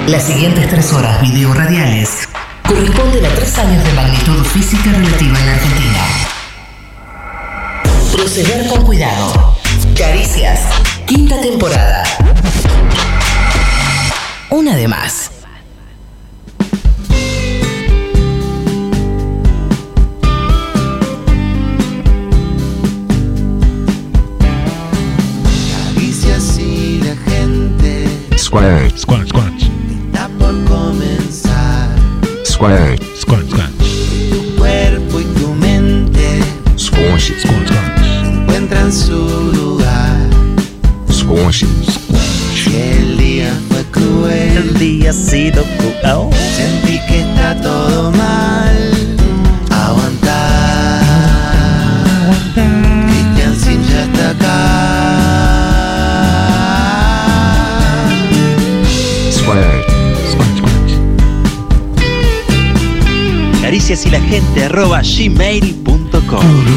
Las siguientes 3 horas video radiales corresponden a 3 años de magnitud física relativa en la Argentina. Proceder con cuidado. Caricias, 5ª temporada. Una de más. Caricias y la gente. Square. Squanch, squanch. Está por comenzar. Square. Squanch, squanch. Tu cuerpo y tu mente Squash. Squanch, squanch. encuentran su lugar. Squash. Si el día fue cruel, El día ha sido cruel. sentí que está todo mal. Aguantar. Cristian Sin ya está acá. Square. Squanch, squanch. Caricias y la gente @gmail.com.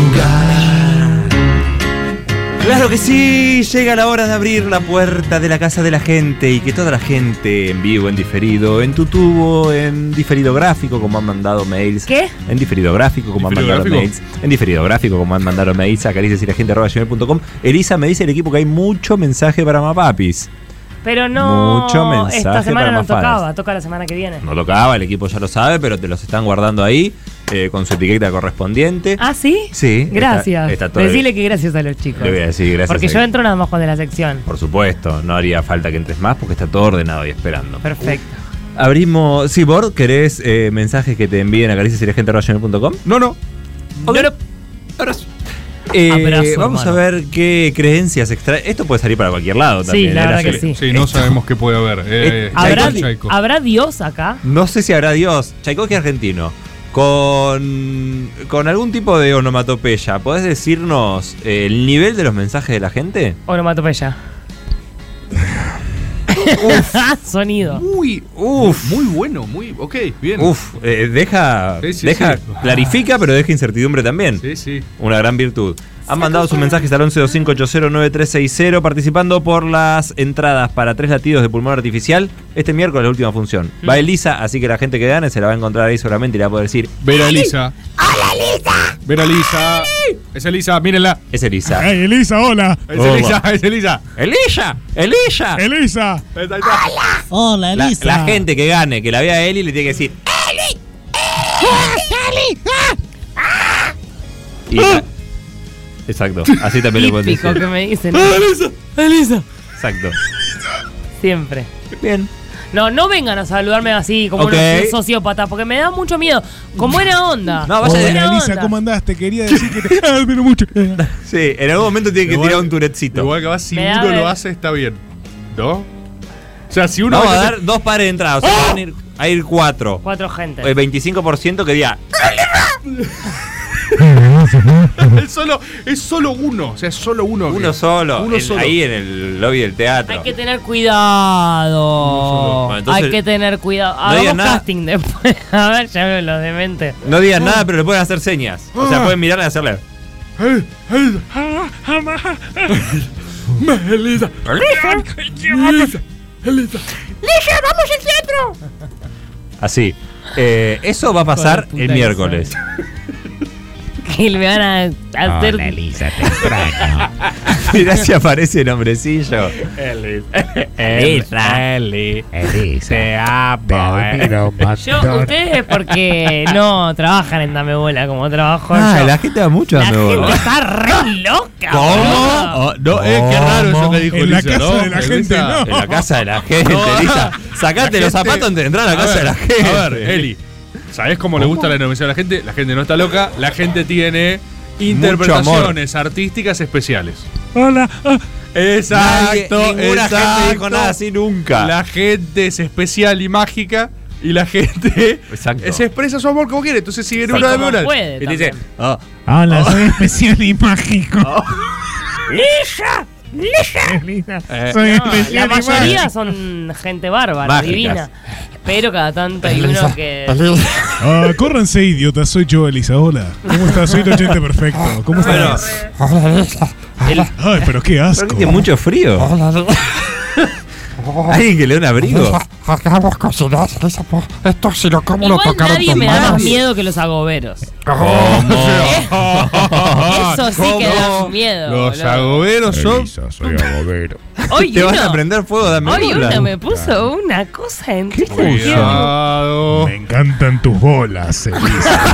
Claro que sí, llega la hora de abrir la puerta de la casa de la gente y que toda la gente en vivo, en diferido, en tu tubo, en diferido gráfico, como han mandado mails. ¿Qué? En diferido gráfico, como han mandado mails. En diferido gráfico, como han mandado mails a caricias y la gente @gmail.com. Elisa me dice el equipo que hay mucho mensaje para Mapapis. Pero no. Mucho mensaje esta semana para no Mafadas. tocaba, toca la semana que viene. No tocaba, el equipo ya lo sabe, pero te los están guardando ahí con su etiqueta correspondiente. ¿Ah, sí? Sí. Gracias. Está todo Decirle que gracias a los chicos. Le voy a decir gracias. Porque a- yo entro nada más cuando la sección. Por supuesto, no haría falta que entres más porque está todo ordenado y esperando. Perfecto. Abrimos. Sí, Bord, ¿querés mensajes que te envíen a cariciasylegente@gmail.com? No. Pero- Abrazo. Vamos hermano. a ver qué creencias extrae. Esto puede salir para cualquier lado también. Sí, la verdad ¿eh? que sí. Sí, no sabemos qué puede haber. ¿Habrá Dios acá? No sé si habrá Dios. Tchaikovsky argentino. Con algún tipo de onomatopeya, ¿podés decirnos el nivel de los mensajes de la gente? Onomatopeya. Sonido. Muy bueno, ok, bien. Deja Sí. clarifica, pero deja incertidumbre también. Sí. Una gran virtud. Han mandado sus mensajes al 1125809360 participando por las entradas para 3 latidos de pulmón artificial. Este miércoles la última función. Va Elisa, así que la gente que gane se la va a encontrar ahí seguramente y le va a poder decir: Ver a Elisa. ¡Hola, Elisa! Ver a Elisa. Es Elisa, mírenla. es Elisa. Hey, Elisa, hola. Es Elisa. ¡Elisa! ¡Elisa! Elisa. Hola, La Elisa. gente que gane, que la vea a Eli, le tiene que decir: Y exacto, así también le puedes decir. Típico que me dicen. Elisa. Exacto. Siempre. Bien. No vengan a saludarme así como Ok. unos sociópatas, porque me da mucho miedo. Con buena onda. No, vaya Buena Hola, Elisa, onda. ¿cómo andás? Te quería decir que te admiro mucho. Sí, en algún momento tiene que Igual- tirar un turetcito. Igual que va, si Me da uno ver- lo hace, está bien. ¿No? O sea, si uno. Vamos a dar 2 pares de entradas. O sea, van a ir 4. 4 gente. El 25% que diga. Es solo uno. O sea, es solo uno. Uno solo. Uno solo. Ahí en el lobby del teatro. Hay que tener cuidado. Bueno, entonces- Hay que tener cuidado. No digan Hagamos nada. casting después. A ver, ya veo los dementes. No digan nada, pero le pueden hacer señas. O sea, pueden mirarle y hacerle. Elisa. Así. Eso va a pasar Hijo de el puta miércoles. Que le van a hacer. Hola, Elisa, te extraño. Mirá si aparece el nombrecillo. Elisa. Elisa. Te admiro más. Ustedes porque no trabajan en Dame Bola como trabajo Ah, yo. la gente va mucho a La Dame gente Bola. está re loca. ¿Cómo? boludo. Oh, no, qué raro eso que dijo En la Elisa, casa ¿no? de la gente, Elisa. no. En la casa de la gente, Elisa. Sacate los zapatos antes de entrar a la casa de la gente. A ver, Eli. ¿Sabés cómo le gusta la innovación a la gente? La gente no está loca. La gente tiene interpretaciones artísticas especiales. Hola. Exacto. Ninguna exacto. gente dijo nada así nunca. La gente es especial y mágica. Y la gente Exacto. se expresa su amor como quiere. Entonces si viene Exacto. uno de Como Bola puede Y te dice, también. Hola, soy especial y mágico. ¡Lisa! Elisa, soy No, la especial y mayoría mágico. son gente bárbara, Mágicas. divina. Pero cada tanto hay uno que. Córranse, idiota. Soy yo, Elisa. Hola. ¿Cómo estás? Soy el oyente perfecto. ¿Cómo estás? El- Ay, pero qué asco. Pero que tiene mucho frío. ¿Alguien que le dé un abrigo? Hagamos cocinar esto si lo como lo Igual tocaron nadie tus me da más manos. miedo que los agoberos. ¿Cómo? Eso sí que da miedo. Los boludo. agoberos son. Elisa, soy agobero. Hoy ¿Te vas uno- a prender fuego? Dame Hoy bola. uno me puso una cosa en Twitter. Cuidado. Me encantan tus bolas, Elisa.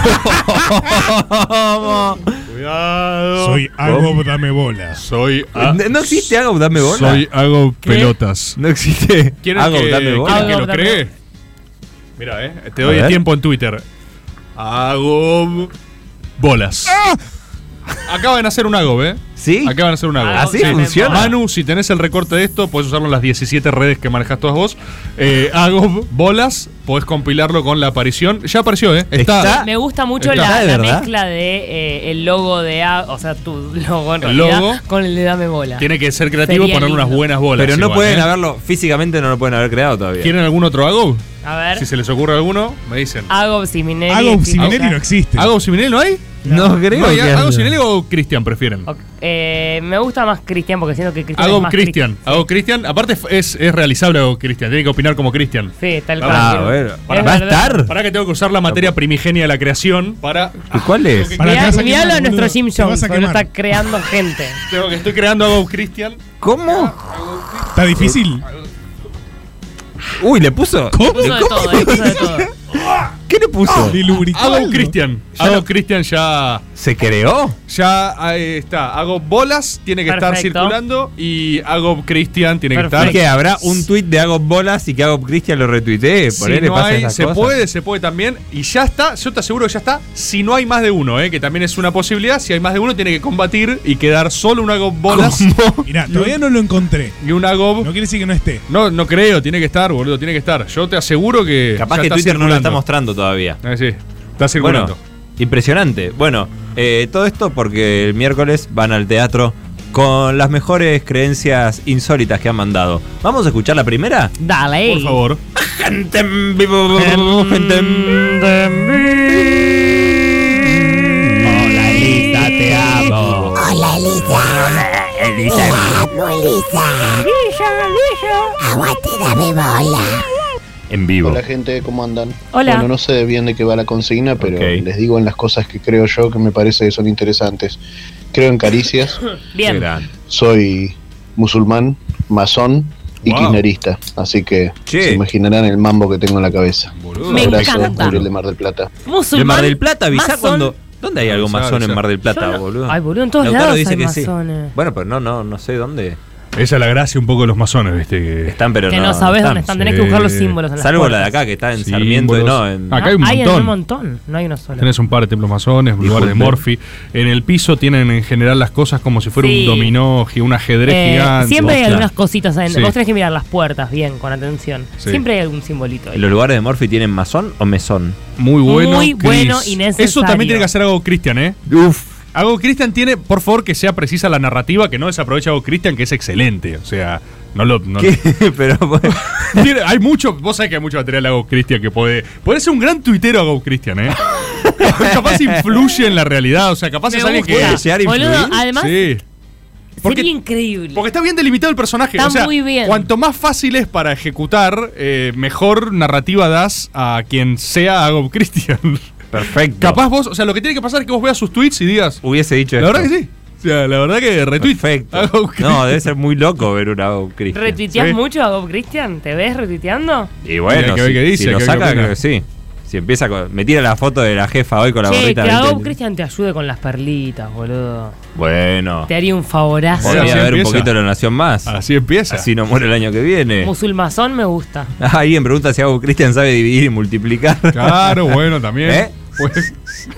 Cuidado. Soy algo, dame bolas. Soy. ¿No existe Agop, dame bola? Soy hago pelotas. No existe ¿Quieren Agop, que, dame bola. ¿quieren que lo Agop, dame cree? Mira, te A doy ver. tiempo en Twitter. Hago bolas. Acaban de hacer un Agob, ¿Sí? Acaban de hacer un Agob. ¿Así Sí. funciona? Manu, si tenés el recorte de esto, podés usarlo en las 17 redes que manejas todas vos. Agob bolas, podés compilarlo con la aparición. Ya apareció, Está. Me gusta mucho Está. ¿De la verdad? mezcla de el logo de o sea, tu logo en El realidad logo. con el de Dame Bola. Tiene que ser creativo, Sería poner unas lindo. buenas bolas. Pero no igual, pueden haberlo, físicamente no lo pueden haber creado todavía. ¿Quieren algún otro Agob? A ver. Si se les ocurre alguno, me dicen. Agob Siminelli. Algo existe. Siminelli no existe. ¿Agob Siminelli no hay? No creo No, que ¿Agob haya. Siminelli o Cristian prefieren? Ok, me gusta más Cristian porque siento que Cristian es Hago más Cristian. Hago Cristian. Aparte es realizable Hago Cristian. Tiene que opinar como Cristian. Sí, tal cual. Ah, bueno. Es ¿Va a verdad. estar? Para que tengo que usar la materia primigenia de la creación para. ¿Y cuál es? Para que vas a Miralo quemar, a nuestro boludo. Jim Te vas Jones, a porque lo quemar. está creando gente. Tengo que estoy creando Hago Cristian. ¿Cómo? Está difícil. Uy, ¿le puso? ¿Cómo? Puso de todo, puso de todo. ¿Qué le puso? Le lubricó Hago algo. Cristian. Hago Cristian ya. ¿Se creó? Ya ahí está. Hago bolas, tiene que estar Perfecto. circulando. Y Hago Cristian tiene que Perfecto. estar. Es que habrá un tweet de Agop Bolas y que Agop Cristian lo retuitee. Por ahí Si le no pasa hay, esas se cosas. puede también. Y ya está, yo te aseguro que ya está. Si no hay más de uno, que también es una posibilidad. Si hay más de uno, tiene que combatir y quedar solo un Hago bolas Mirá, todavía no lo encontré. y un Hago. No quiere decir que no esté. No creo, tiene que estar, boludo, tiene que estar. Yo te aseguro que. Capaz ya que está Twitter no lo está circulando. mostrando todavía. Sí, está circulando. Bueno, impresionante. Bueno, todo esto porque el miércoles van al teatro con las mejores creencias insólitas que han mandado. ¿Vamos a escuchar la primera? Dale. Por favor. Gente en vivo, gente en Hola Elisa, te amo. Hola, Elisa. Elisa. Amo, Elisa. Aguante, dame bola. En vivo. Hola gente, ¿cómo andan? Hola. Bueno, no sé bien de qué va la consigna, pero Ok. les digo en las cosas que creo yo que me parece que son interesantes. Creo en caricias, Bien. soy musulmán, masón y Wow. kirchnerista, así que Che. se imaginarán el mambo que tengo en la cabeza. Boludo. Me Abrazo, encanta. Gabriel de Mar del Plata. Musulmán. De Mar del Plata, avisá masón. cuando. ¿Dónde hay algo Avisá, masón en avisá. Mar del Plata, Yo no- boludo? Ay, boludo, en todos Lautaro lados dice hay que sí. masones. Bueno, pero no sé dónde Esa es la gracia un poco de los masones, viste. Que están, pero Que no sabes dónde están, tenés que buscar los símbolos en las Salvo la de puertas. acá, que está en Símbolos. Sarmiento y no en. Acá hay un Hay montón. un montón, no hay uno solo. Tenés un par de templos masones, un lugar de Disculpe. Morphy. En el piso tienen en general las cosas como si fuera Sí. un dominó, un ajedrez gigante. Siempre hay Claro. algunas cositas adentro. Sí. Vos tenés que mirar las puertas bien, con atención. Sí. Siempre hay algún simbolito ahí. ¿Los lugares de Morphy tienen masón o mesón? Muy bueno. Muy bueno Chris. y necesario. Eso también tiene que hacer algo Cristian, Uf. Algo Cristian tiene, por favor, que sea precisa la narrativa, que no desaproveche algo Cristian, que es excelente. O sea, no lo. ¿Qué? Pero bueno, Hay mucho, vos sabés que hay mucho material de Go Cristian que puede ser un gran tuitero a Go Cristian, Capaz influye en la realidad, o sea, capaz Me es alguien gusta. que. ¿Puede llegar a Boludo, influir? además, Sí. Porque- sería increíble. Porque está bien delimitado el personaje. Está o sea, muy bien. cuanto más fácil es para ejecutar, mejor narrativa das a quien sea a Go Cristian. perfecto. Capaz vos, o sea, lo que tiene que pasar es que vos veas sus tweets y digas. Hubiese dicho La esto. verdad que sí. O sea, la verdad que retweet. Perfecto. a Go Cristian. No, debe ser muy loco ver una Agop Cristian. ¿Retuiteás Sí. mucho a Bob Christian? ¿Te ves retuiteando? Y bueno, Hay que ver qué dice, si lo hay que ver saca, qué opina. creo que sí. Si empieza con. Me tira la foto de la jefa hoy con la Che, gorrita. que a 20. Bob Christian te ayude con las perlitas, boludo. Bueno. Te haría un favorazo. Bueno, Podría así haber un empieza. poquito de la nación más. Así empieza. Así no muere el año que viene. Musulmazón me gusta. Alguien pregunta si Agop Cristian sabe dividir y multiplicar. Claro, bueno, también. ¿Eh? Pues,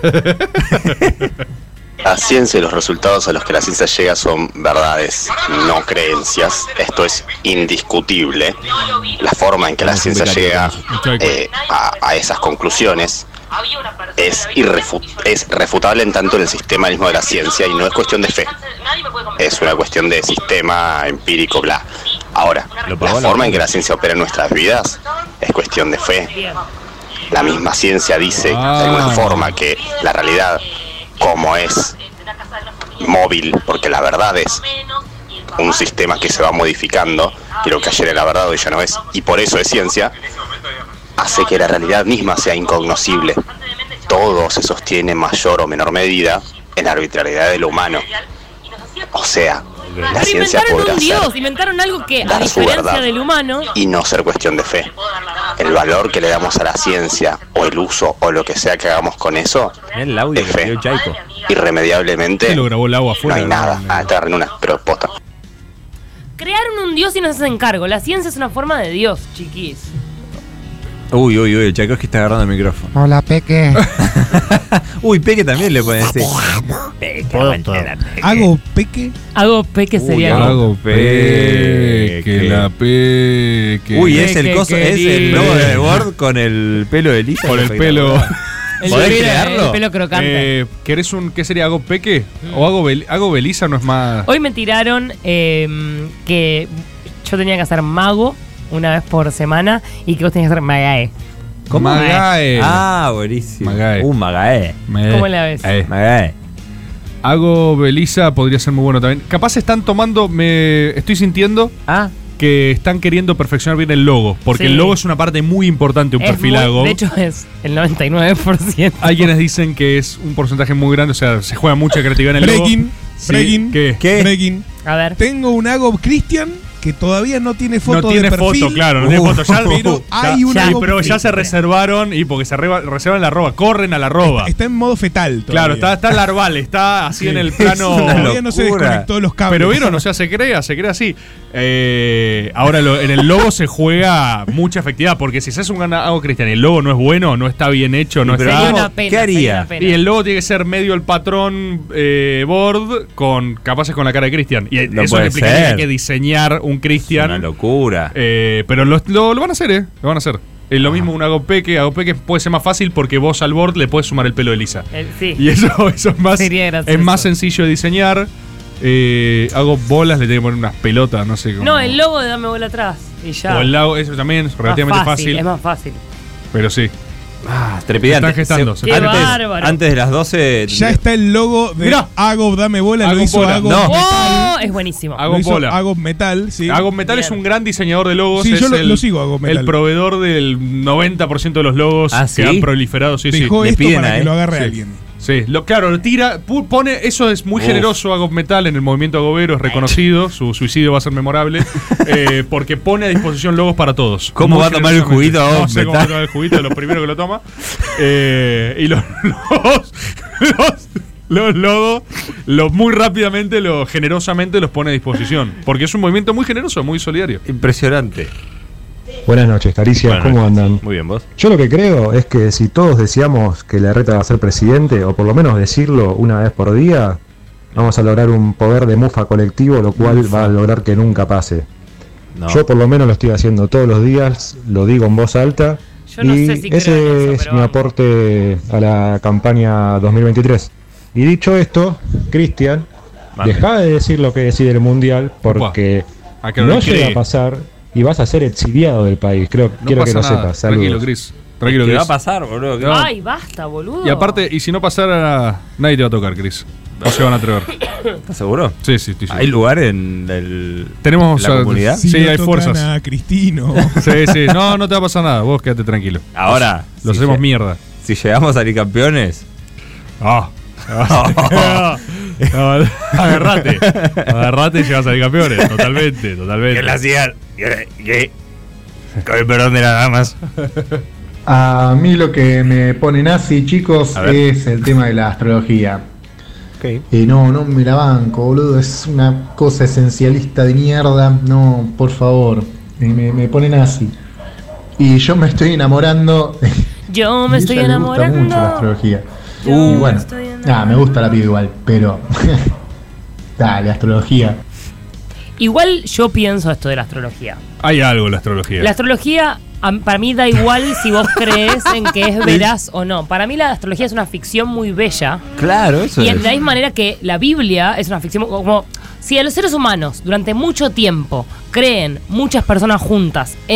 La ciencia y los resultados a los que la ciencia llega son verdades, no creencias. Esto es indiscutible. La forma en que la Vamos a ciencia explicar llega a esas conclusiones es refutable en tanto en el sistema mismo de la ciencia y no es cuestión de fe. Es una cuestión de sistema empírico, bla. Ahora, la forma en que la ciencia opera en nuestras vidas es cuestión de fe. La misma ciencia dice de alguna forma que la realidad, como es móvil, porque la verdad es un sistema que se va modificando, y lo que ayer era verdad hoy ya no es, y por eso es ciencia, hace que la realidad misma sea incognoscible. Todo se sostiene en mayor o menor medida en la arbitrariedad de lo humano. O sea, la ciencia podrá inventaron algo que, a dar su diferencia verdad del humano, y no ser cuestión de fe. El valor que le damos a la ciencia, o el uso, o lo que sea que hagamos con eso, es fe. Irremediablemente, lo grabó el agua no afuera. hay nada. Está en una, pero posta. crearon un dios y nos hacen cargo. La ciencia es una forma de dios, chiquis. Uy, el Tchaikovsky está agarrando el micrófono. Hola, Peque. Uy, Peque también le pueden decir. ¿Hago Peque? Hago Peque sería Hago Peque, la Peque. Uy, es el coso, es el logo de Word con el pelo de Lisa. Con el pelo. ¿Podés crearlo? El pelo crocante. ¿Querés un, qué sería, hago Peque? ¿O hago Belisa? No es más. Hoy me tiraron que yo tenía que hacer mago una vez por semana y que vos tenías que hacer Magae. ¿Cómo? Magae. Ah, buenísimo. Magae. Magae. ¿Cómo la ves? Magae. Hago Belisa podría ser muy bueno también. Capaz están tomando, estoy sintiendo que están queriendo perfeccionar bien el logo. Porque el logo es una parte muy importante de un perfil Hago. De hecho es el 99%. Hay quienes dicen que es un porcentaje muy grande, o sea, se juega mucha creatividad en el logo. Breaking. ¿Qué? Breaking. A ver. Tengo un Hago Christian que todavía no tiene foto no tiene de perfil. foto, claro, no tiene foto. Ya, pero hay un Hago pero ya se reservaron y porque se reservan la arroba, corren a la arroba. Está en modo fetal todavía. Claro, está larval, está así en el plano. Todavía no se desconectó los cables. Pero vieron, o sea, se crea así. Ahora en el logo se juega mucha efectividad, porque si se hace un Hago Christian y el logo no es bueno, no está bien hecho, no pero está. Una pena, ¿qué haría? pena. Y el logo tiene que ser medio el patrón board con capaces con la cara de Christian. Y No eso puede implica que ser. hay que diseñar un Christian. Una locura. Pero lo van a hacer, lo van a hacer. Es lo mismo un Hago Peque puede ser más fácil porque vos al board le puedes sumar el pelo de Lisa. Sí. Y eso es más, Sería gracioso. es más sencillo de diseñar. Hago bolas, le tengo que poner unas pelotas, no sé cómo. No, el logo de Dame Bola Atrás. Y ya. O el lago, eso también es relativamente fácil. Es más fácil. Pero sí. Trepidante. Están gestando. Qué bárbaro. Antes de las 12. Ya está el logo de Mirá. Hago Dame Bola, Hago lo hizo Bola. Hago No. Metal. ¡Oh! Es buenísimo. Hago bola. Hago Metal, sí. Hago Metal Bien. es un gran diseñador de logos. Sí, es yo lo sigo, Hago Metal. El proveedor del 90% de los logos ¿sí? que han proliferado. Sí, Dejó Le esto piden para a que él. lo agarre Sí. alguien. Sí, claro, lo tira, pone, eso es muy generoso Hago Metal en el movimiento agobero, es reconocido, su suicidio va a ser memorable, porque pone a disposición logos para todos. ¿Cómo Muy va a tomar el generosamente. juguito a Hago No sé cómo va a Metal? tomar el juguito, es lo primero que lo toma. Y los logos, muy rápidamente, generosamente los pone a disposición, porque es un movimiento muy generoso, muy solidario. Impresionante. Buenas noches, Caricias, Buenas ¿cómo noches. andan? Muy bien, vos. Yo lo que creo es que si todos deseamos que Larreta va a ser presidente, o por lo menos decirlo una vez por día, vamos a lograr un poder de mufa colectivo, lo cual va a lograr que nunca pase. No. Yo por lo menos lo estoy haciendo todos los días, lo digo en voz alta, Yo no y sé si creo ese en eso, es pero mi vamos. aporte a la campaña 2023. Y dicho esto, Cristian, Mande. deja de decir lo que decide el Mundial, porque Ah, que no lo llega cree. a pasar y vas a ser exiliado del país. Quiero que pasa lo nada. sepas. Tranquilo, Saludos. Chris. Tranquilo, ¿Qué Chris. va a pasar, boludo? ¿Qué No. va? Ay, basta, boludo. Y aparte, y si no pasara, nadie te va a tocar, Chris. No se van a atrever. ¿Estás seguro? Sí, estoy seguro. ¿Hay lugar en Tenemos la comunidad? Sí, Si no hay tocan fuerzas. a Cristino. Sí. No te va a pasar nada. Vos quédate tranquilo. Ahora, Los si hacemos lle- mierda. Si llegamos a salir campeones. Agarrate y llegas a salir campeones. Totalmente. Que la hacían. Que con el perdón de las damas. A mí lo que me pone nazi, chicos, A ver. es el tema de la astrología. Ok. Y no me la banco, boludo. Es una cosa esencialista de mierda. No, por favor. Me pone nazi. Y yo me estoy enamorando. Yo me y estoy a ella le gusta mucho la enamorando. astrología. Yo Y me bueno, estoy enamorando. me gusta la piba igual, pero. Dale, astrología. Igual yo pienso esto de la astrología. Hay algo en la astrología. La astrología, para mí da igual si vos crees en que es veraz o no. Para mí la astrología es una ficción muy bella. Claro, eso Y es. de la misma manera que la Biblia es una ficción como... Si a los seres humanos durante mucho tiempo creen muchas personas juntas en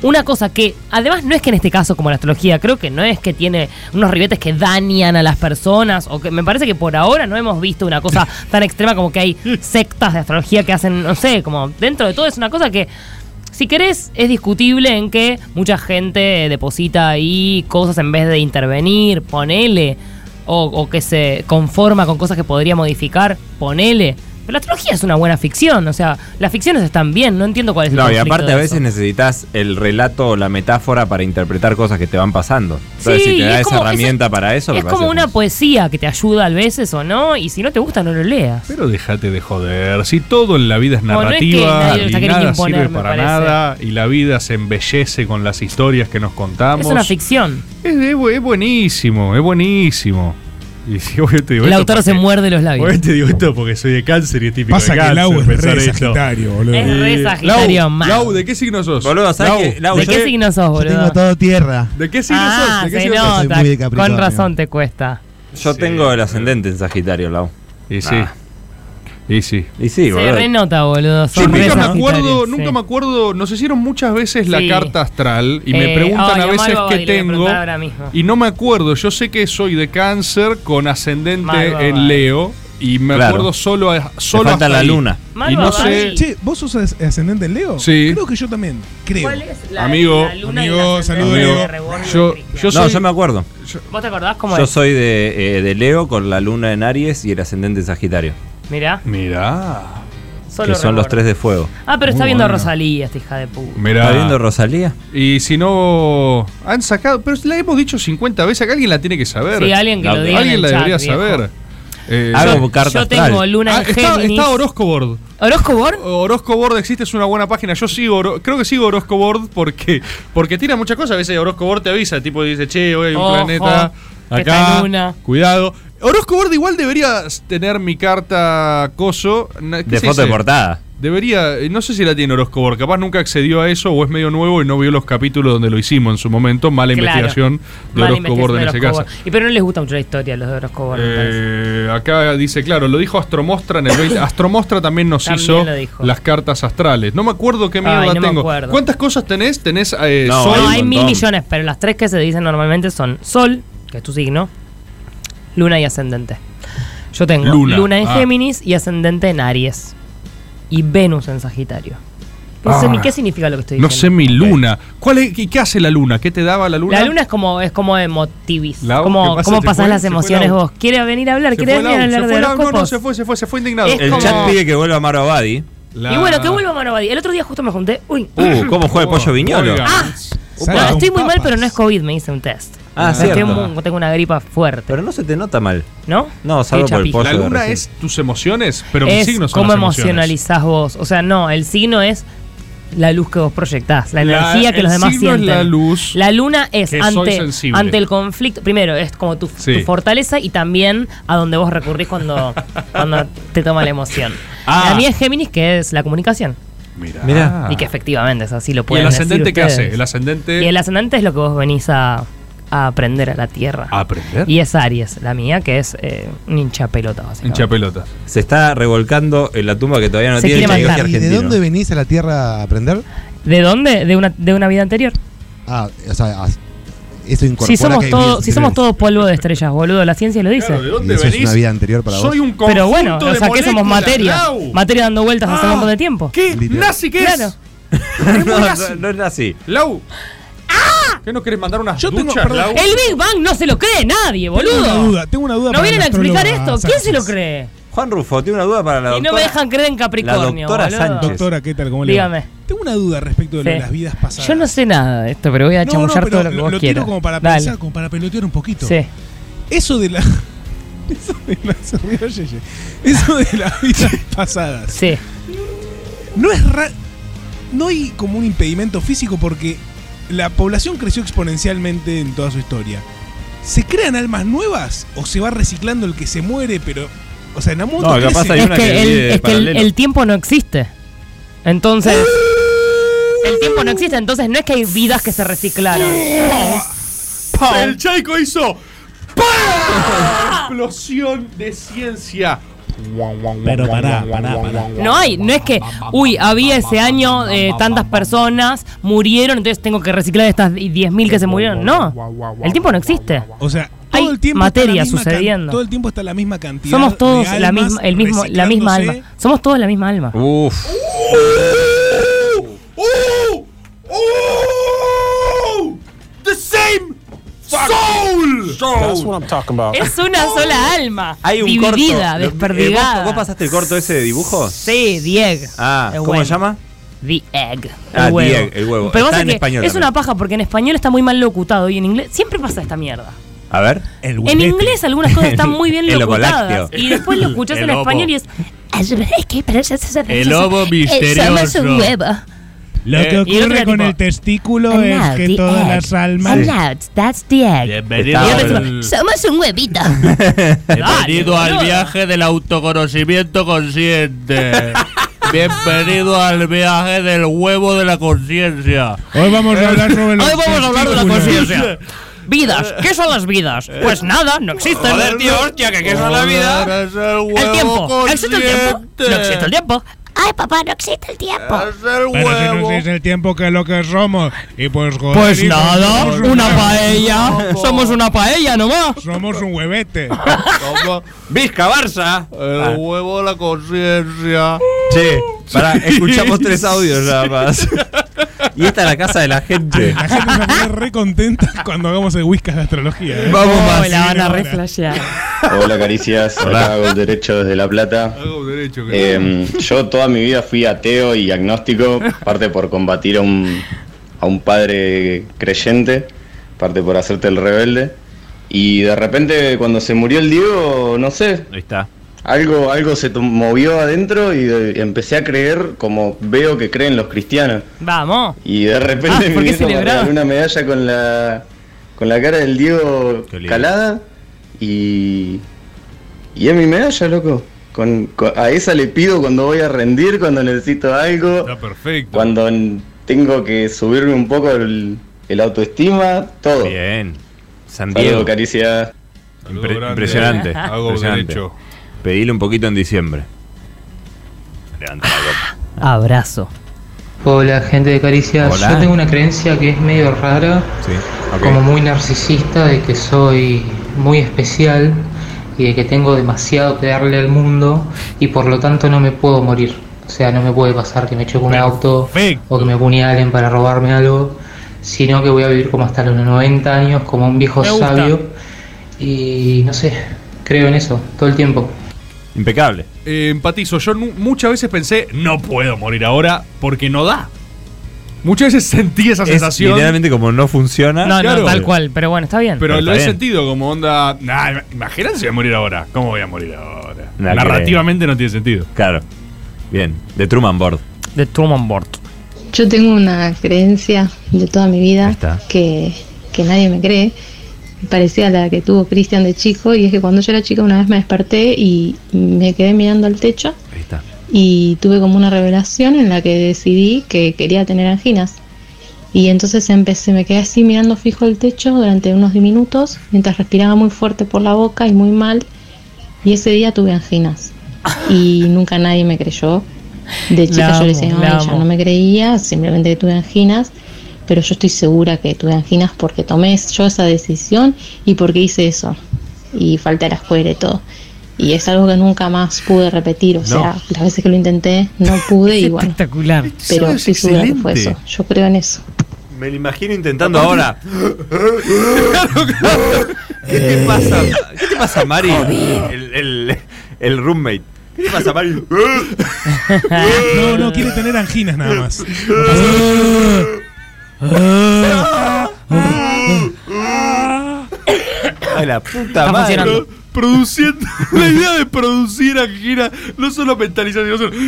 una cosa que, además, no es que en este caso, como la astrología, creo que no es que tiene unos ribetes que dañan a las personas, o que me parece que por ahora no hemos visto una cosa tan extrema como que hay sectas de astrología que hacen, no sé, como dentro de todo es una cosa que, si querés, es discutible en que mucha gente deposita ahí cosas en vez de intervenir, ponele, o que se conforma con cosas que podría modificar, ponele. Pero la astrología es una buena ficción, o sea, las ficciones están bien, no entiendo cuál es el conflicto. No, y aparte de a veces eso. necesitas el relato o la metáfora para interpretar cosas que te van pasando. Entonces, Sí, si te da es esa como- herramienta para eso, Es me como parece una poesía que te ayuda a veces o no, y si no te gusta no lo leas. Pero déjate de joder. Si todo en la vida es No, no es que narrativa nadie lo está y queriendo nada imponer, sirve me para parece. nada y la vida se embellece con las historias que nos contamos. Es una ficción. Es buenísimo, es buenísimo. Y si hoy te digo El esto autor se porque- muerde los labios. Hoy te digo esto porque soy de cáncer y es típico Pasa de que cáncer. Lau es pensar re esto. Sagitario, boludo. Es re Sagitario, man. Lau, ¿de qué signo sos? Boludo, ¿sabes qué? Lau, ¿De qué signo sos, boludo? Tengo todo tierra. ¿De qué signo Ah, sos? ¿De qué se signo sos? Soy nota. muy de Capricornio. Con razón te cuesta. Yo tengo el ascendente en Sagitario, Lau. Y sí. Y sí. Y sí, Se boludo. renota, boludo. Yo Son re nunca me Sagitarios, acuerdo, sí. nunca me acuerdo, nos hicieron muchas veces la Sí. carta astral y me preguntan ay, a veces Malva, qué y le voy a tengo preguntar ahora mismo. y no me acuerdo. Yo sé que soy de cáncer con ascendente Malva, en Leo y me Claro. acuerdo solo Te solo falta hasta la ahí. luna. Y Malva, no sé. Che, ¿vos sos ascendente en Leo? Sí. Creo que yo también. Creo. ¿Cuál es la, Amigo. la luna Amigo, y el ascendente saludo, de Leo. Reborn y Yo Cristian? No, soy yo me acuerdo. ¿Vos te acordás cómo Yo es? soy de Leo con la luna en Aries y el ascendente en Sagitario. Mirá, Mirá. solo Que son los Reborn. tres de fuego. Ah, pero Muy está viendo a bueno. Rosalía, esta hija de puta. Mirá. ¿Está viendo Rosalía? Y si no han sacado, pero la hemos dicho 50 veces acá, alguien la tiene que saber. Sí, alguien que lo diga en Alguien el la chat, debería viejo. saber. Hago carta Yo astral. tengo luna en Géminis. Está Horoscoboard. ¿Horóscoboard? Horoscoboard existe, es una buena página. Yo sigo, creo que sigo Horoscoboard porque tira muchas cosas. A veces Horoscoboard te avisa, tipo dice, che, hoy hay un Ojo, planeta que está acá. en luna. Cuidado. Horoscoboard igual debería tener mi carta coso. ¿Qué De se foto de dice? portada. Debería, no sé si la tiene Horoscoboard, capaz nunca accedió a eso o es medio nuevo y no vio los capítulos donde lo hicimos en su momento. Mala Claro. investigación de Mala Horoscoboard en ese investigación de caso. Horoscoboard. Y pero no les gusta mucho la historia, los de Horoscoboard. me parece. Acá dice, claro, lo dijo Astromostra en el 20. Astromostra también nos También hizo lo dijo. las cartas astrales. No me acuerdo qué mierda Ay, no me tengo. acuerdo. ¿Cuántas cosas tenés? Tenés No, No, Sol. hay un 1000 montón. millones, pero las tres que se dicen normalmente son Sol, que es tu signo, Luna y Ascendente. Yo tengo Luna, en Géminis y Ascendente en Aries. Y Venus en Sagitario. No sé ni qué significa lo que estoy No diciendo. sé mi luna. ¿Qué hace la luna? ¿Qué te daba la luna? La luna es como emotivis. Lau, Como, ¿qué pasa? ¿Cómo ¿Se pasás fue? las ¿Se fue emociones Lau? vos? ¿Quiere venir a hablar? Se ¿Quiere fue venir a Lau, hablar se de fue Lau. No, horóscopos? no, se fue indignado. Es El como- chat pide que vuelva Maro Abadi. Y bueno, que vuelva Mano Abadí. El otro día justo me junté. Uy. ¿Cómo juega el pollo viñolo? Oiga. No, estoy muy mal, pero no es COVID, me hice un test. Ah, Estoy cierto. tengo una gripa fuerte. Pero no se te nota mal. ¿No? No, salvo Qué por el chapija. pollo. La de luna recién. es tus emociones, pero mis Es signos son cómo las emociones. emocionalizás vos. O sea, no, el signo es la luz que vos proyectás, la energía que el los demás signo es sienten. la luz La luna es que soy sensible. ante el conflicto. Primero, es como tu Sí. fortaleza y también a donde vos recurrís cuando te toma la emoción. Ah. La mía es Géminis, que es la comunicación. Mirá. Y que efectivamente es así, lo ¿Y pueden el decir ascendente qué ustedes. hace? El ascendente. Y el ascendente es lo que vos venís a aprender a la Tierra. ¿A aprender? Y es Aries, la mía, que es un hincha pelota, básicamente. Hincha pelotas. Se está revolcando en la tumba que todavía no Se tiene quiere Tchaikovsky matar. ¿Y de argentino. dónde venís a la Tierra a aprender? ¿De dónde? ¿De una vida anterior? Ah, o sea, eso incorpora Si somos que hay todos, vidas si somos anteriores. todos polvo de estrellas, boludo, la ciencia lo dice. Claro, ¿de ¿Y dónde eso es venís? una vida anterior para vos? Soy un conjunto Pero bueno, de o sea, ¿qué somos moléculas, materia? Lau. Materia dando vueltas hace un montón de tiempo. ¿Qué? Literal. ¿Nazi qué es? Claro. Es muy nazi. No es así. Lau. ¿Qué no querés mandar unas Yo tengo- duchas, perdón. Lau? El Big Bang no se lo cree nadie, Tengo una boludo. duda ¿No para vienen la a explicar astróloga esto? ¿Quién se lo Sánchez. cree? Juan Rufo, tiene una duda para la Y doctora. no me dejan creer en Capricornio, doctora boludo. Sánchez. Doctora, ¿qué tal? ¿Cómo le va? Dígame. Tengo una duda respecto de lo de Sí. las vidas pasadas. Yo no sé nada de esto, pero voy a No, chamullar pero todo lo que vos lo quieras. tiro como para Dale. pensar, como para pelotear un poquito. Sí. Eso de la... Eso de la... se rió Yeye. Eso de las vidas pasadas. Sí. No es no hay como un impedimento físico porque la población creció exponencialmente en toda su historia. ¿Se crean almas nuevas o se va reciclando el que se muere, pero... O sea, en Amundo No, capaz hay Es una que, que vive es que paralelo. el tiempo no existe. Entonces... El tiempo no existe, entonces no es que hay vidas que se reciclaron. El Chaico hizo ¡pam! Explosión de ciencia. Pero pará. No es que, había ese año tantas personas murieron, entonces tengo que reciclar estas 10.000 que se murieron. No, el tiempo no existe. O sea, hay todo el tiempo materia está la misma sucediendo. todo el tiempo está la misma cantidad. Somos todos de la almas misma alma. reciclándose. Somos todos la misma alma. Uf. The same soul. That's what I'm talking about. Es una sola alma. Hay un dividida, corto. desperdigada. ¿Vos pasaste el corto ese de dibujo? Sí, The Egg. Ah, Es ¿cómo bueno. se llama? The Egg. Ah, El huevo. The Egg, el huevo. Pero Está pasa en que español es también. una paja porque en español está muy mal locutado y en inglés siempre pasa esta mierda. A ver. En inglés algunas cosas están muy bien El locutadas locolácteo. y después lo escuchas El en lobo. español y es El lobo misterioso. Somos un huevo. Lo que y el otro ocurre era con tipo, el testículo "And es now que the todas egg. las almas. And now that's the egg". Bienvenido Y el otro al- tipo, somos un huevito. Bienvenido al boludo. viaje del autoconocimiento consciente. Bienvenido al viaje del huevo de la conciencia. Hoy vamos a hablar sobre los Hoy vamos a hablar de la testículos. conciencia. Vidas, ¿qué son las vidas? Pues nada, no existen. Joder, tío, hostia, que qué es la vida. Es el El tiempo, ¿existe el tiempo? consciente. No existe el tiempo. Ay, papá, no existe el tiempo. Es el Pero si huevo. no es el tiempo que es lo que somos. Y pues joder. Pues hijos, nada, somos una paella. Somos una paella nomás. Somos un huevete. Vizca Barça. El huevo de la conciencia. Che, pará, escuchamos 3 audios nada más. Y esta es la casa de la gente. La gente se va a poner re contenta cuando hagamos el Whiskas de astrología. Vamos Oh, más. la van a ahora. reflashear. Hola Caricias, acá hago el derecho desde La Plata. Hago derecho que Yo toda mi vida fui ateo y agnóstico, parte por combatir a un padre creyente, parte por hacerte el rebelde. Y de repente cuando se murió el Diego, no sé, Ahí está. algo se movió adentro y empecé a creer como veo que creen los cristianos. Vamos. Y de repente ¿por me qué viejo me celebraba? regaló una medalla con la cara del Diego Qué lindo. calada y es mi medalla, loco. A esa le pido cuando voy a rendir, cuando necesito algo, está perfecto. cuando tengo que subirme un poco el autoestima, todo. Bien. San Diego. Saludos, Caricia. Saludo grande. Impresionante. Hago Impresionante. derecho. Pedile un poquito en diciembre. Levanta la copa. Abrazo. Hola gente de Caricias, Hola. yo tengo una creencia que es medio rara, Sí. Ok. como muy narcisista, de que soy muy especial y de que tengo demasiado que darle al mundo y por lo tanto no me puedo morir. O sea, no me puede pasar que me choque un auto o que me apuñalen para robarme algo, sino que voy a vivir como hasta los 90 años, como un viejo Me gusta. sabio y no sé, creo en eso todo el tiempo. Impecable. Empatizo. Yo muchas veces pensé, no puedo morir ahora porque no da. Muchas veces sentí esa Es sensación. literalmente como no funciona. No, Claro. no, tal cual, pero bueno, está bien. Pero Pero lo está he bien. sentido como onda. Nah, imagínate si voy a morir ahora. ¿Cómo voy a morir ahora? Nada que Narrativamente no tiene sentido. Claro. Bien. De Truman Board. De Truman Board. Yo tengo una creencia de toda mi Ahí vida está. que nadie me cree, parecida a la que tuvo Cristian de chico, y es que cuando yo era chica una vez me desperté y me quedé mirando al techo Ahí está. y tuve como una revelación en la que decidí que quería tener anginas. Y entonces me quedé así mirando fijo el techo durante unos minutos mientras respiraba muy fuerte por la boca y muy mal, y ese día tuve anginas y nunca nadie me creyó. De chica La yo amo, le decía, la no, ella amo. no me creía, simplemente que tuve anginas, pero yo estoy segura que tuve anginas porque tomé yo esa decisión y porque hice eso y falté a la escuela y todo. Y es algo que nunca más pude repetir, o sea, las veces que lo intenté no pude y bueno, Espectacular. pero Eso es estoy segura que fue eso, excelente. yo creo en eso. Me lo imagino intentando ahora. ¿Qué te pasa? ¿Qué te pasa, Mari? El roommate. ¿Qué te pasa, Mari? No, quiere tener anginas nada más. Ay, la puta Está madre. funcionando. Produciendo. La idea de producir angina no solo mentalizar, sino solo.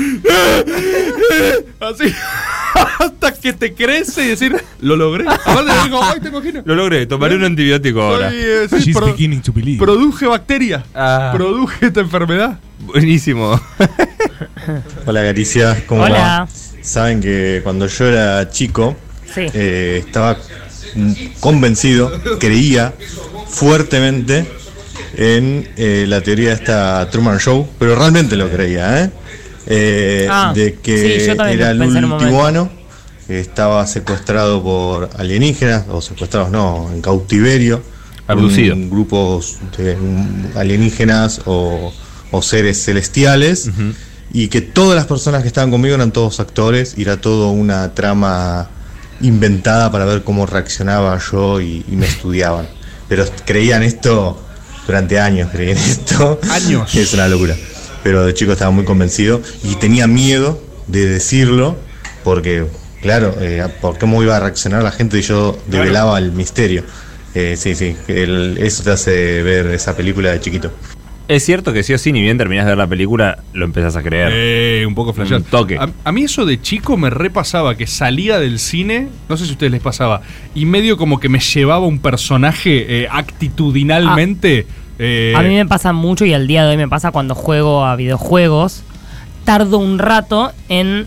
Así. Hasta que te crece y decir, lo logré. Aparte digo, ay, tengo angina. Lo logré, tomaré un antibiótico ahora. Sí, She's beginning to believe. Produje bacteria. Ah. Produje esta enfermedad. Buenísimo. Hola Galicia, ¿cómo Hola. va? Saben que cuando yo era chico Sí. estaba convencido, creía fuertemente en la teoría de esta Truman Show, pero realmente lo creía, de que sí, yo también era el pensé en un último momento. ano, que estaba secuestrado por alienígenas, o secuestrados no, en cautiverio, abducido, con grupos de alienígenas o seres celestiales, y que todas las personas que estaban conmigo eran todos actores, y era todo una trama inventada para ver cómo reaccionaba yo y me estudiaban. Pero creían esto durante años, creían esto. Años. Es una locura. Pero de chico estaba muy convencido y tenía miedo de decirlo porque, claro, ¿por cómo iba a reaccionar la gente si yo develaba el misterio? Sí, eso te hace ver esa película de chiquito. Es cierto que sí o sí, ni bien terminás de ver la película, lo empezás a creer. Un poco flasheado. Un toque. A mí eso de chico me repasaba, que salía del cine, no sé si a ustedes les pasaba, y medio como que me llevaba un personaje actitudinalmente. A mí me pasa mucho, y al día de hoy me pasa cuando juego a videojuegos. Tardo un rato en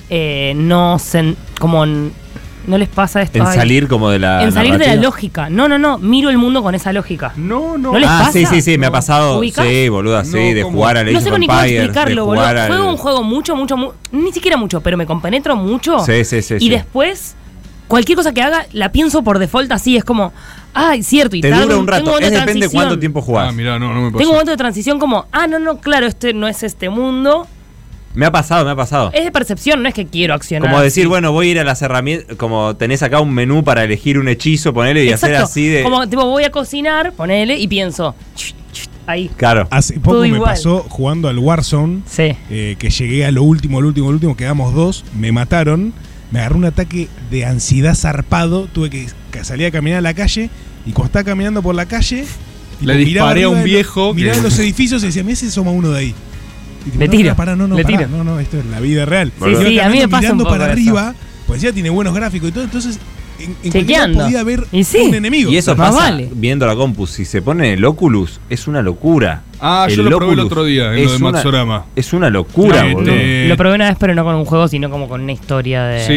¿no les pasa esto? En salir como de la En salir de la narrativa. lógica. No, miro el mundo con esa lógica. No. ¿No les pasa? Sí, me ha pasado. ¿Ubicás? Sí, boluda, sí, de jugar a Age No of sé ni cómo Empires, explicarlo, de boludo. jugar al... Juego un juego mucho, ni siquiera mucho, pero me compenetro mucho. Sí, Y después, cualquier cosa que haga, la pienso por default así, es como, cierto, y Te tardo dura un rato, tengo es una depende transición. cuánto tiempo jugás. Mirá, no me pasó. Tengo un momento de transición como, claro, este no es este mundo. Me ha pasado. Es de percepción, no es que quiero accionar. Como decir, así. bueno, voy a ir a las herramientas, como tenés acá un menú para elegir un hechizo, ponele y Exacto. hacer así de... Como tipo, voy a cocinar, ponele, y pienso, ahí. Claro. Hace poco me pasó jugando al Warzone, que llegué a lo último, quedamos 2, me mataron, me agarró un ataque de ansiedad zarpado, tuve que salir a caminar a la calle, y cuando estaba caminando por la calle, le disparé a un viejo miraba que... los edificios y decía, mira si somos uno de ahí. Y tipo, Le tira, pará, le tira. no, esto es la vida real. Sí, a mí me pasa mirando un poco para eso. arriba, pues ya tiene buenos gráficos y todo, entonces en cualquier Chequeando. podía ver Y un enemigo. Y eso Más pasa vale. viendo la compu. Si se pone el Oculus, es una locura. Yo lo probé el otro día en lo de Matsurama. Es una locura, boludo. Lo probé una vez, pero no con un juego, sino como con una historia de...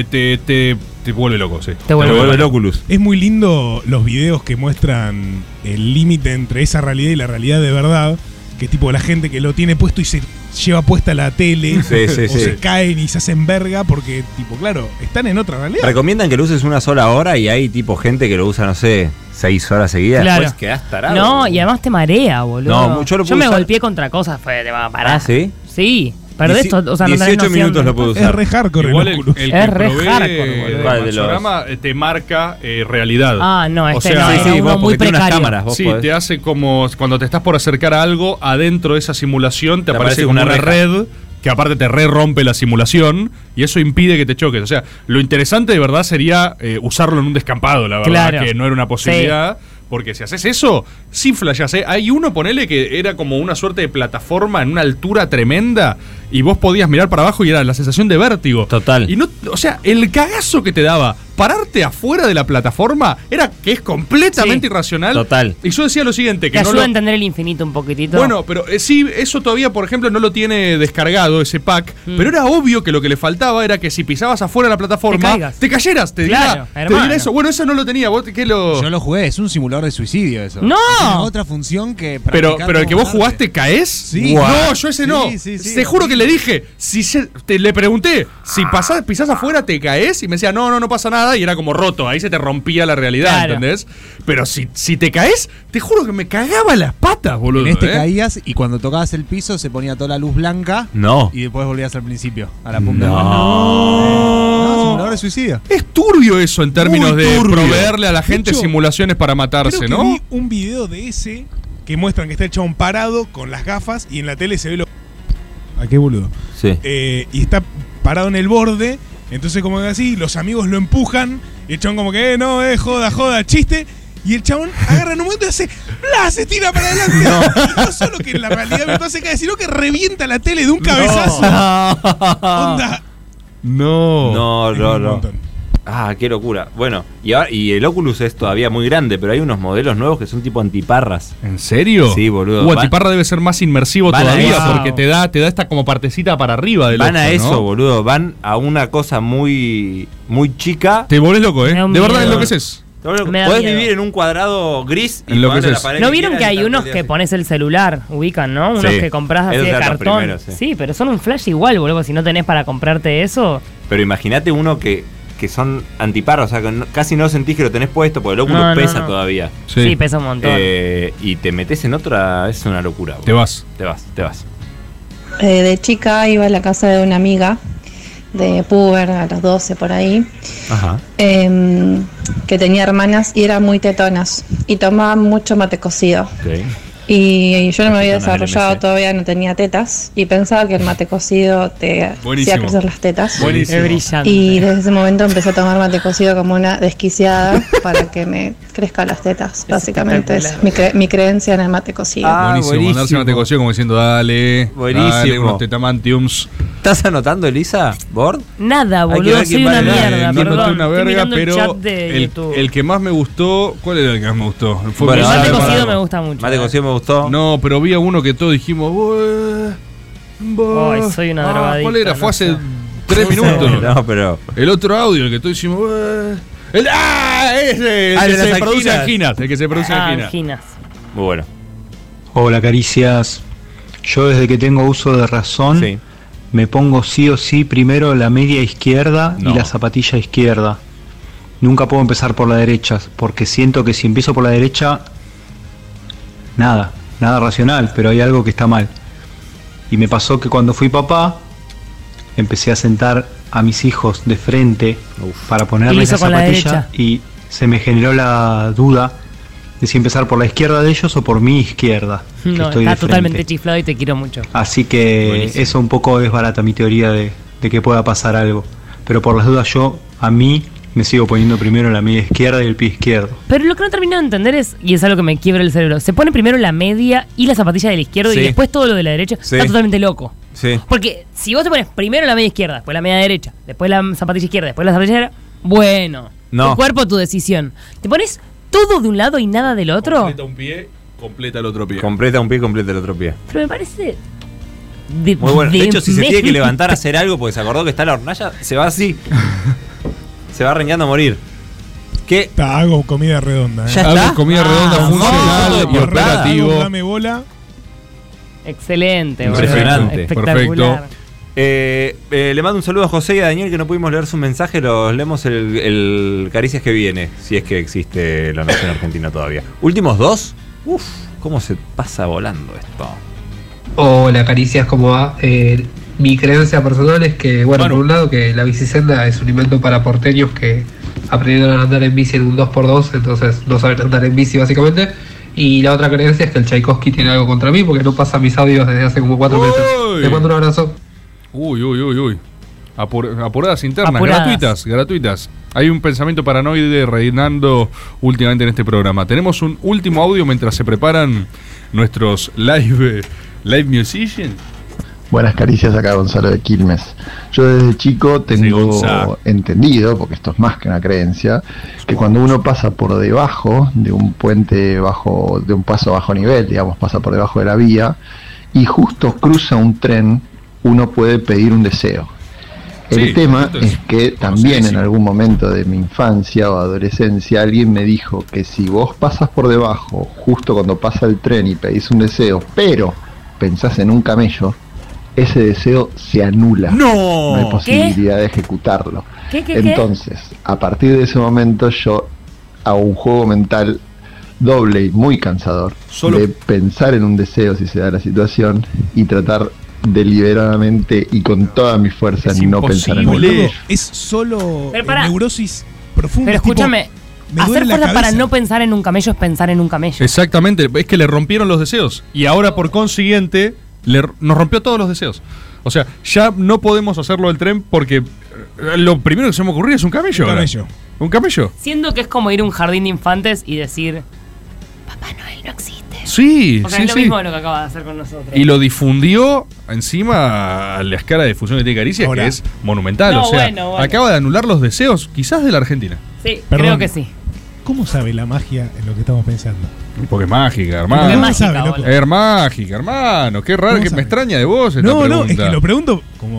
Sí, te vuelve loco, sí. Te vuelve el Oculus. Es muy lindo los videos que muestran el límite entre esa realidad y la realidad de verdad. Que tipo la gente que lo tiene puesto y se lleva puesta la tele. Sí, se caen y se hacen verga porque, tipo, claro, están en otra realidad. Recomiendan que lo uses una sola hora y hay tipo gente que lo usa, no sé, 6 horas seguidas. Claro. Después quedás tarado. No, y además te marea, boludo. No, mucho lo Yo puedo me usar. golpeé contra cosas, te va a parar. ¿Ah, sí? Sí, perdés esto, o sea, no tenés 18 noción. minutos lo puedo usar. Es re hardcore Igual el el Oculus. que Es re probé, hardcore, boludo. ¿Cuál de los? Matsurama te marca realidad. No, O este sea, no, era uno muy precario. Sí, te hace como cuando te estás por acercar a algo, adentro de esa simulación te aparece aparece como una una reja. red que aparte te rompe la simulación y eso impide que te choques. O sea, lo interesante de verdad sería usarlo en un descampado, la verdad, Claro. que no era una posibilidad. Porque si haces eso, sí flashás. Hay uno, ponele, que era como una suerte de plataforma en una altura tremenda y vos podías mirar para abajo y era la sensación de vértigo. Total. Y no, o sea, el cagazo que te daba pararte afuera de la plataforma era que es completamente irracional. Total. Y yo decía lo siguiente, que Te no ayuda lo... a entender el infinito un poquitito. Bueno, pero sí, eso todavía, por ejemplo, no lo tiene descargado, ese pack. Pero era obvio que lo que le faltaba era que si pisabas afuera de la plataforma, te cayeras, te Claro, diera hermano. eso. Bueno, eso no lo tenía. ¿Vos qué lo...? Yo lo jugué, es un simulador de suicidio eso. ¡No! Tiene otra función que Pero practicar el que como vos arte. jugaste, ¿caes? Sí. No, yo ese no. Sí, Te juro que le dije, le pregunté, si pisás afuera, ¿te caes? Y me decía, no pasa nada. Y era como roto, ahí se te rompía la realidad, Claro. ¿entendés? Pero si te caes, te juro que me cagaba las patas, boludo. En este caías y cuando tocabas el piso se ponía toda la luz blanca. No. Y después volvías al principio, a la punta. No. Simulador de suicidio. Es turbio eso en términos Muy de turbio. proveerle a la De gente hecho, simulaciones para matarse, Creo que ¿no? vi un video de ese que muestran que está el chabón parado con las gafas y en la tele se ve lo... ¿A qué boludo? Sí. Y está parado en el borde, entonces como que así, los amigos lo empujan y el chabón como que, no, joda, chiste. Y el chabón agarra en un momento y hace ¡bla! Se tira para adelante. Y no solo que en la realidad virtual se cae, sino que revienta la tele de un cabezazo. Onda. No. un montón. Ah, qué locura. Bueno, y el Oculus es todavía muy grande, pero hay unos modelos nuevos que son tipo antiparras. ¿En serio? Sí, boludo. Antiparra debe ser más inmersivo van a todavía eso. porque te da esta como partecita para arriba del Van ojo, a eso, ¿no? boludo. Van a una cosa muy chica. Te volvés loco, ¿eh? Me da un De verdad miedo. enloqueces. Me da Podés miedo. vivir en un cuadrado gris y En lo que ponerle es la eso. pared ¿No que vieron quieras que y hay estar unos todo el que día pones el celular, ubican, ¿no? Unos Sí. que compras así Esos de eran los cartón. primeros, sí. Sí, pero son un flash igual, boludo. Si no tenés para comprarte eso. Pero imagínate uno que son antipar, o sea, que casi no sentís que lo tenés puesto porque el Oculus No, no, pesa no. todavía. Sí, pesa un montón. Y te metes en otra, es una locura. Te vas. Te vas. De chica iba a la casa de una amiga de puber a los 12 por ahí, Ajá. que tenía hermanas y eran muy tetonas y tomaban mucho mate cocido. Ok. Y yo no me había Tetonas del desarrollado, MC. todavía no tenía tetas y pensaba que el mate cocido te hacía Buenísimo. crecer las tetas. Buenísimo. Es brillante. Y desde ese momento empecé a tomar mate cocido como una desquiciada para que me crezcan las tetas. Básicamente es mi creencia en el mate cocido. Buenísimo. Mandarse una tecocción como diciendo, dale. Buenísimo. Dale, unos tetamantiums. ¿Estás anotando, Elisa? ¿Bord? Nada, Hay que boludo. ver Soy quién una vale. mierda, No perdón. noté una Estoy verga, mirando el pero chat de YouTube. el que más me gustó. ¿Cuál era el que más me gustó? Fue Bueno, el ahora mate vamos. cocido me gusta mucho. Mate cocido me gustó. No, pero había uno que todos dijimos. Ay, soy una drogadicta, ¿Cuál era? no Fue hace sé. 3 minutos. No, pero. El otro audio, el que todos hicimos. Ese, el el que de se las produce anginas. anginas. El que se produce anginas. Anginas. Muy bueno. Hola Caricias, yo desde que tengo uso de razón me pongo sí o sí primero la media izquierda No. y la zapatilla izquierda. Nunca puedo empezar por la derecha porque siento que si empiezo por la derecha, nada racional, pero hay algo que está mal. Y me pasó que cuando fui papá, empecé a sentar a mis hijos de frente para Y ponerles lo hizo la con la zapatilla derecha. y se me generó la duda de si empezar por la izquierda de ellos o por mi izquierda, que No, estoy está de frente. totalmente chiflado y te quiero mucho. Así que Buenísimo. eso un poco desbarata mi teoría de que pueda pasar algo. Pero por las dudas a mí me sigo poniendo primero la media izquierda y el pie izquierdo. Pero lo que no termino de entender es, y es algo que me quiebra el cerebro, se pone primero la media y la zapatilla del izquierdo Sí. y después todo lo de la derecha. Sí. Está totalmente loco. Sí. Porque si vos te pones primero la media izquierda, después la media derecha, después la zapatilla izquierda, después la zapatilla derecha, bueno. No. Tu cuerpo, tu decisión. ¿Te pones todo de un lado y nada del otro? Completa un pie, completa el otro pie. Completa un pie, completa el otro pie. Pero me parece... Muy bueno. De hecho, si se tiene que levantar a hacer algo porque se acordó que está la hornalla, se va así. Se va rengueando a morir. ¿Qué? Hago comida redonda. ¿Ya está? Hago comida redonda, funcional y operativo. Dame bola. Excelente, boludo. Impresionante. Espectacular. Le mando un saludo a José y a Daniel que no pudimos leer su mensaje. Los leemos el Caricias que viene, si es que existe la nación argentina todavía. Últimos dos. Uf, cómo se pasa volando esto. Hola Caricias, ¿cómo va? Mi creencia personal es que, bueno, por un lado que la bicisenda es un invento para porteños que aprendieron a andar en bici en un 2x2, entonces no saben andar en bici básicamente. Y la otra creencia es que el Tchaikovsky tiene algo contra mí porque no pasa mis audios desde hace como 4 meses. Te mando un abrazo. Uy. Apuradas internas, Apuradas. gratuitas. Hay un pensamiento paranoide reinando últimamente en este programa. Tenemos un último audio mientras se preparan nuestros live musicians. Buenas Caricias, acá Gonzalo de Quilmes. Yo desde chico tengo entendido, porque esto es más que una creencia, que cuando uno pasa por debajo de un puente de un paso bajo nivel, digamos, pasa por debajo de la vía, y justo cruza un tren, uno puede pedir un deseo. El tema es que también en algún momento de mi infancia o adolescencia alguien me dijo que si vos pasas por debajo, justo cuando pasa el tren y pedís un deseo, pero pensás en un camello, ese deseo se anula. No hay posibilidad de ejecutarlo. ¿Qué? Entonces, a partir de ese momento yo hago un juego mental doble y muy cansador de pensar en un deseo si se da la situación y tratar deliberadamente y con toda mi fuerza en no pensar en Boludo, él. es solo Pero pará. neurosis profunda. Pero escúchame, me duele hacer la fuerza para cabeza. no pensar en un camello es pensar en un camello. Exactamente, es que le rompieron los deseos. Y ahora, por consiguiente, nos rompió todos los deseos. O sea, ya no podemos hacerlo del tren porque lo primero que se me ocurrió es un camello. Un ahora. camello. ¿Un camello? Siento que es como ir a un jardín de infantes y decir, Papá Noel no existe. Sí, O sea, sí, es lo sí. mismo de lo que acaba de hacer con nosotros. Y lo difundió encima a la escala de difusión que tiene Caricias, Ahora. que es monumental. No, o sea, bueno. acaba de anular los deseos, quizás de la Argentina. Sí, Perdón. creo que sí. ¿Cómo sabe la magia en lo que estamos pensando? Porque es mágica, hermano. Porque es mágica, sabe, loco. Es mágica, hermano. Qué raro, ¿Cómo que sabe? me extraña de vos esta No, pregunta. es que lo pregunto como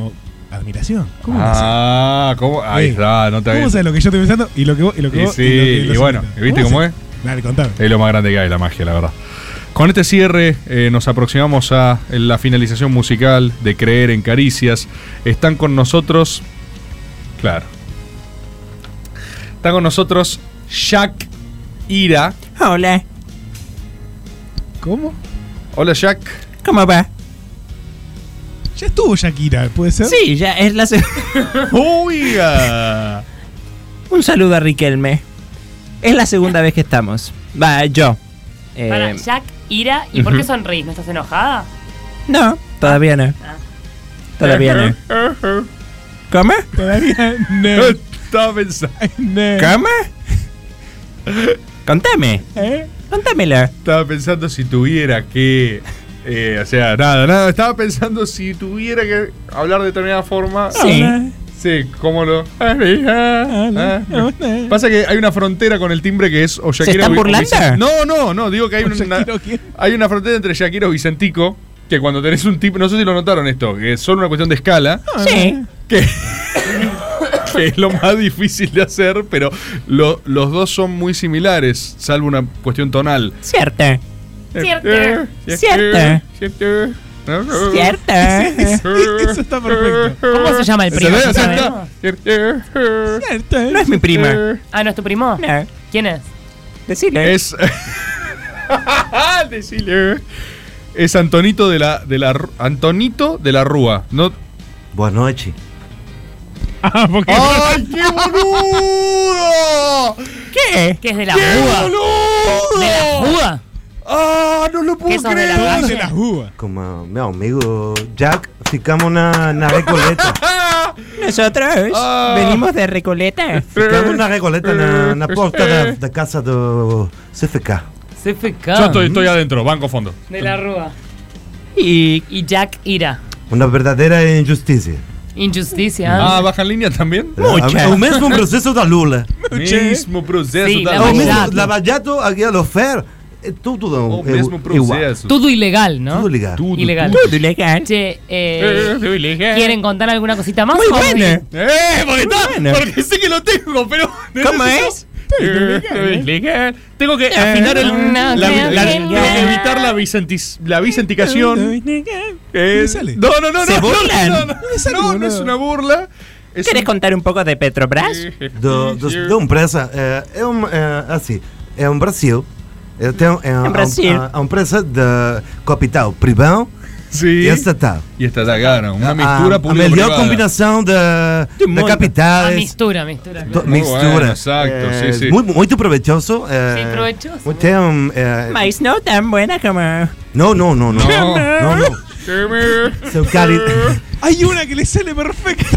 Admiración. ¿Cómo ahí está, no te ¿Cómo sabes lo que yo estoy pensando y lo que vos y lo que vos? Sí, y bueno, ¿viste cómo es? Dale, contame. Es lo más grande que hay, la magia, la verdad. Con este cierre nos aproximamos a la finalización musical de Creer en Caricias. Están con nosotros... Claro. Está con nosotros Jack Ira. Hola. ¿Cómo? Hola, Jack. ¿Cómo va? Ya estuvo Shakira, ¿puede ser? Sí, ya es la ¡Oiga! Un saludo a Riquelme. Es la segunda vez que estamos. Va, yo. Para Jack Ira, ¿y por qué sonreís? ¿No estás enojada? No, todavía no. Todavía no. ¿Cómo? Todavía no. Estaba pensando. ¿Cómo? Contame. Contámelo. Estaba pensando si tuviera que... o sea, nada. Estaba pensando si tuviera que hablar de determinada forma. Sí. Sí, ¿cómo lo...? Pasa que hay una frontera con el timbre que es o Shakira... ¿Se están burlando? No, digo que hay una frontera entre Shakira o Vicentico, que cuando tenés un tipo... No sé si lo notaron esto, que es solo una cuestión de escala. Sí. Que es lo más difícil de hacer, pero los dos son muy similares, salvo una cuestión tonal. Cierto. Cierto. Eso está perfecto. ¿Cómo se llama el primo? No es mi prima. Ah, ¿no es tu primo? No. ¿Quién es? Decile. Decile. Es Antonito Antonito de la Rúa. No. Buenas noches. ¡Ay, qué boludo! ¿Qué? ¿Qué es de la Rúa? ¿De la Rúa? ¡Ah, no lo puedo creer! De la de las uvas. Como meu amigo Jack, ficamos na Recoleta. Nosotros venimos de Recoleta. Ficamos na Recoleta, na porta da casa do CFK. CFK. Yo estoy adentro, banco fondo. De la Rúa. Y Jack Ira. Una verdadeira injusticia. Injusticia. Ah, ¿baja en línea también? Mucha. O mesmo processo da Lula. Mesmo processo Sí, da Lava Lula. Jato. Lava Jato, aquela fé. Tudo O mesmo processo. Todo ilegal, ¿no? Tudo legal. Ilegal. Todo ilegal. Che, ilegal. ¿quieren contar alguna cosita más? Muy buena. Porque sé que lo tengo, pero... ¿Cómo es? Ilegal. Tengo que afinar tengo que evitar la vicenticación. sale? No. ¿Se burlan? No es una burla. ¿Querés contar un poco de Petrobras? Da empresa. Assim, é Brasil. Brasil. A empresa de capital privado Sí. e estatal. Y estatal, claro. Una mistura A pública. melhor combinação de capitais. Mistura. Muy Mistura. bueno, exacto, sí. Muito provechoso. Sí, provechoso. Tem, Mas no tan buena como... no. Seu Hay una que le sale perfecta.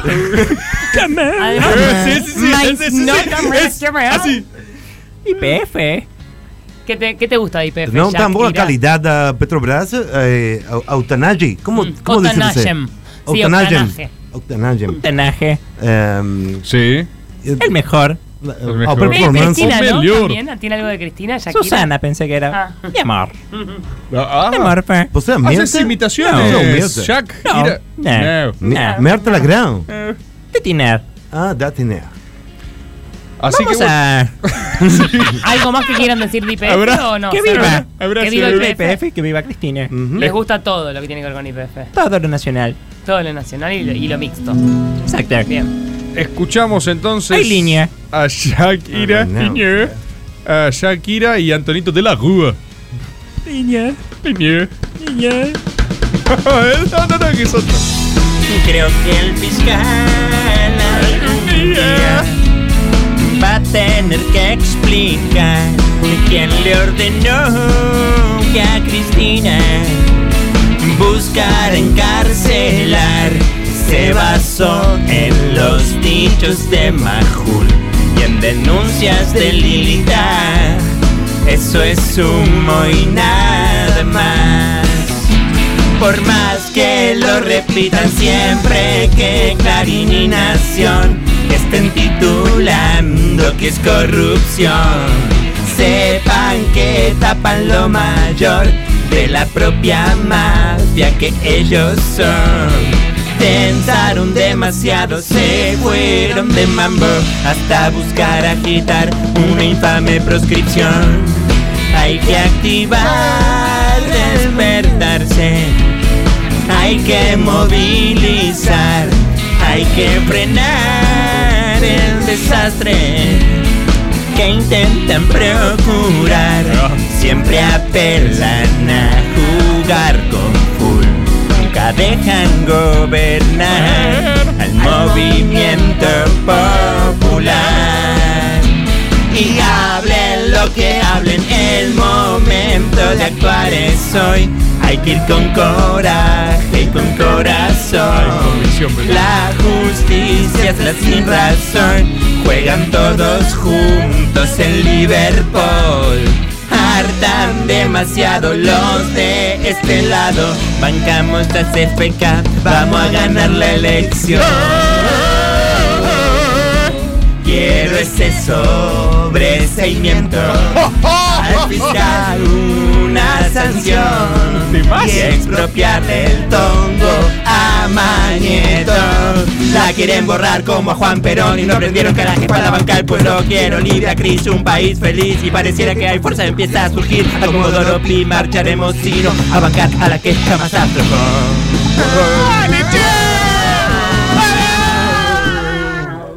Así. YPF. ¿Qué te gusta de YPF? Não tão boa a Shakira? qualidade da Petrobras. Eutanage. Como diz você? Sí, Eutanage. Tenaje. Sí. El mejor. A performance. Cristina, ¿no? Melhor. ¿También? ¿Tiene algo de Cristina? Shakira. Susana pensé que era. Ah. Mi amor. Mi Ah, amor, fe. Você ¿haces miente? imitaciones, No, miente. Jack? No. Mira. No. Merta Lagrão. De Tiner. Ah, da Tiner. Así Vamos que a... ¿Algo más que quieran decir de YPF o no? Que viva. Que viva YPF. YPF, que viva Cristina. Les gusta todo lo que tiene que ver con YPF. Todo lo nacional. Todo lo nacional y lo mixto. Exacto. Bien. escuchamos entonces Hay línea. a Shakira, a Shakira y Antonito de la Rúa. Niña. No, que es otro. Creo que el fiscal algún día va a tener que explicar quién le ordenó que a Cristina buscar encarcelar. Se basó en los dichos de Majul y en denuncias de Lilita. Eso es humo y nada más. Por más que lo repitan siempre que Clarín y Nación estén titulando que es corrupción, sepan que tapan lo mayor de la propia mafia que ellos son. Intentaron demasiado, se fueron de mambo hasta buscar agitar una infame proscripción. Hay que activar, despertarse, hay que movilizar, hay que frenar el desastre que intentan procurar. Siempre apelan a jugar con full, nunca dejan gobernar al movimiento popular. Y hablen lo que hablen, el momento de actuar es hoy. Hay que ir con coraje y con corazón. La justicia es la sin razón. Juegan todos juntos en Liverpool. Hartan demasiado los de este lado. Bancamos a CFK, vamos a ganar la elección. Quiero ese sobreseimiento al fiscal, una sanción y expropiarle el tongo a Mañeto. La quieren borrar como a Juan Perón y no aprendieron que a la jefa la banca el pueblo. Quiero Libia, Cris, un país feliz y pareciera que hay fuerza, empieza a surgir. A Comodoro Pi marcharemos sino a bancar a la que jamás aflojó.